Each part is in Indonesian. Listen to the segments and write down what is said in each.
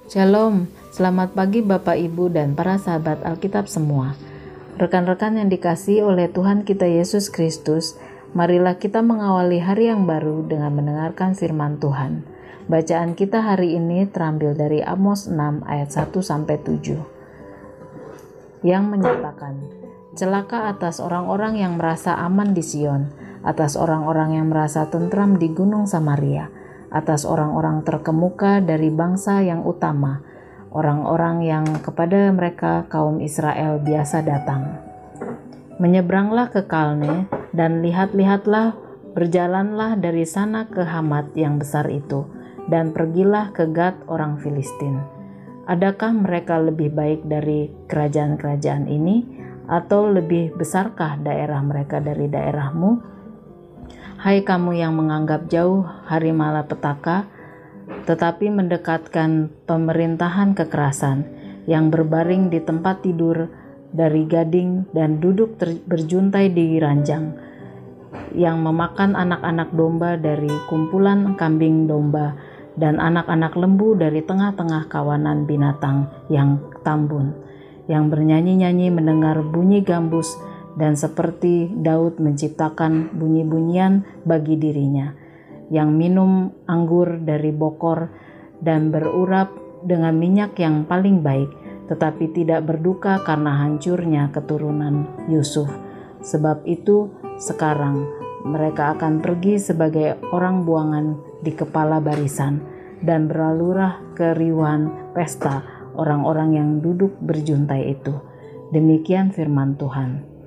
Shalom, selamat pagi Bapak Ibu dan para sahabat Alkitab semua. Rekan-rekan yang dikasihi oleh Tuhan kita Yesus Kristus, marilah kita mengawali hari yang baru dengan mendengarkan firman Tuhan. Bacaan kita hari ini terambil dari Amos 6 ayat 1-7 yang menyatakan, celaka atas orang-orang yang merasa aman di Sion, atas orang-orang yang merasa tentram di Gunung Samaria, atas orang-orang terkemuka dari bangsa yang utama, orang-orang yang kepada mereka kaum Israel biasa datang. Menyeberanglah ke Kalne dan lihat-lihatlah, berjalanlah dari sana ke Hamat yang besar itu, dan pergilah ke Gat orang Filistin. Adakah mereka lebih baik dari kerajaan-kerajaan ini, atau lebih besarkah daerah mereka dari daerahmu? Hai kamu yang menganggap jauh hari malapetaka, tetapi mendekatkan pemerintahan kekerasan, yang berbaring di tempat tidur dari gading dan duduk berjuntai di ranjang, yang memakan anak-anak domba dari kumpulan kambing domba dan anak-anak lembu dari tengah-tengah kawanan binatang yang tambun, yang bernyanyi-nyanyi mendengar bunyi gambus, dan seperti Daud menciptakan bunyi-bunyian bagi dirinya, yang minum anggur dari bokor dan berurap dengan minyak yang paling baik, tetapi tidak berduka karena hancurnya keturunan Yusuf. Sebab itu sekarang mereka akan pergi sebagai orang buangan di kepala barisan, dan berlalulah keriuhan pesta orang-orang yang duduk berjuntai itu. Demikian firman Tuhan.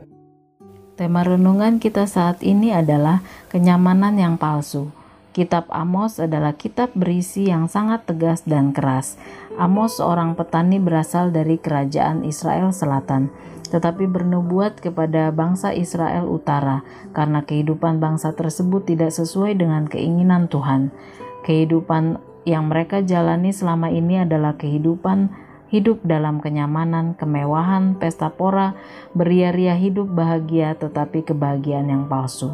Tema renungan kita saat ini adalah kenyamanan yang palsu. Kitab Amos adalah kitab berisi yang sangat tegas dan keras. Amos seorang petani berasal dari kerajaan Israel Selatan, tetapi bernubuat kepada bangsa Israel Utara karena kehidupan bangsa tersebut tidak sesuai dengan keinginan Tuhan. Kehidupan yang mereka jalani selama ini adalah kehidupan hidup dalam kenyamanan, kemewahan, pesta pora, beria-ria hidup bahagia, tetapi kebahagiaan yang palsu.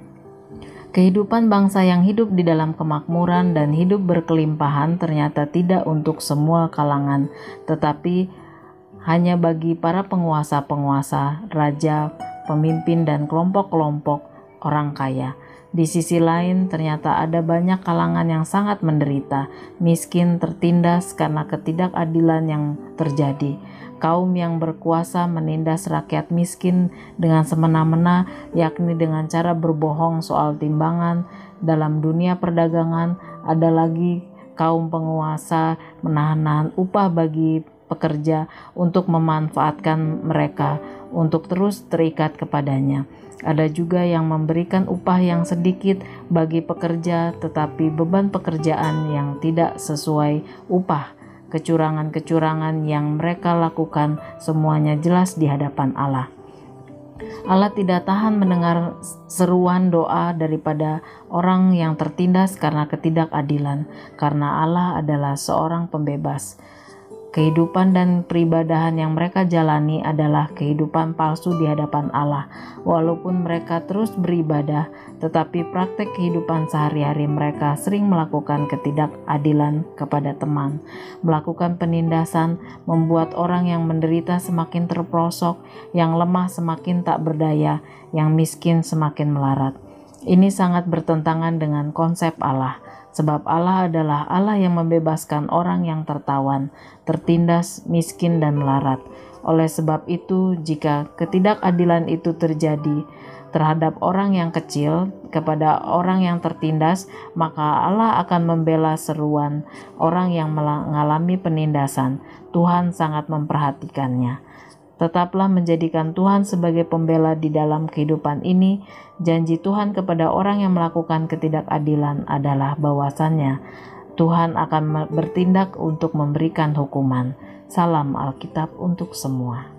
Kehidupan bangsa yang hidup di dalam kemakmuran dan hidup berkelimpahan ternyata tidak untuk semua kalangan, tetapi hanya bagi para penguasa-penguasa, raja, pemimpin, dan kelompok-kelompok orang kaya. Di sisi lain, ternyata ada banyak kalangan yang sangat menderita, miskin, tertindas karena ketidakadilan yang terjadi. Kaum yang berkuasa menindas rakyat miskin dengan semena-mena, yakni dengan cara berbohong soal timbangan. Dalam dunia perdagangan, ada lagi kaum penguasa menahan upah bagi pekerja untuk memanfaatkan mereka, untuk terus terikat kepadanya. Ada juga yang memberikan upah yang sedikit bagi pekerja, tetapi beban pekerjaan yang tidak sesuai upah. Kecurangan-kecurangan yang mereka lakukan semuanya jelas di hadapan Allah. Allah tidak tahan mendengar seruan doa daripada orang yang tertindas karena ketidakadilan, karena Allah adalah seorang pembebas. Kehidupan dan peribadahan yang mereka jalani adalah kehidupan palsu di hadapan Allah. Walaupun mereka terus beribadah, tetapi praktek kehidupan sehari-hari mereka sering melakukan ketidakadilan kepada teman, melakukan penindasan, membuat orang yang menderita semakin terperosok, yang lemah semakin tak berdaya, yang miskin semakin melarat. Ini sangat bertentangan dengan konsep Allah. Sebab Allah adalah Allah yang membebaskan orang yang tertawan, tertindas, miskin, dan melarat. Oleh sebab itu, jika ketidakadilan itu terjadi terhadap orang yang kecil kepada orang yang tertindas, maka Allah akan membela seruan orang yang mengalami penindasan. Tuhan sangat memperhatikannya. Tetaplah menjadikan Tuhan sebagai pembela di dalam kehidupan ini. Janji Tuhan kepada orang yang melakukan ketidakadilan adalah bahwasannya Tuhan akan bertindak untuk memberikan hukuman. Salam Alkitab untuk semua.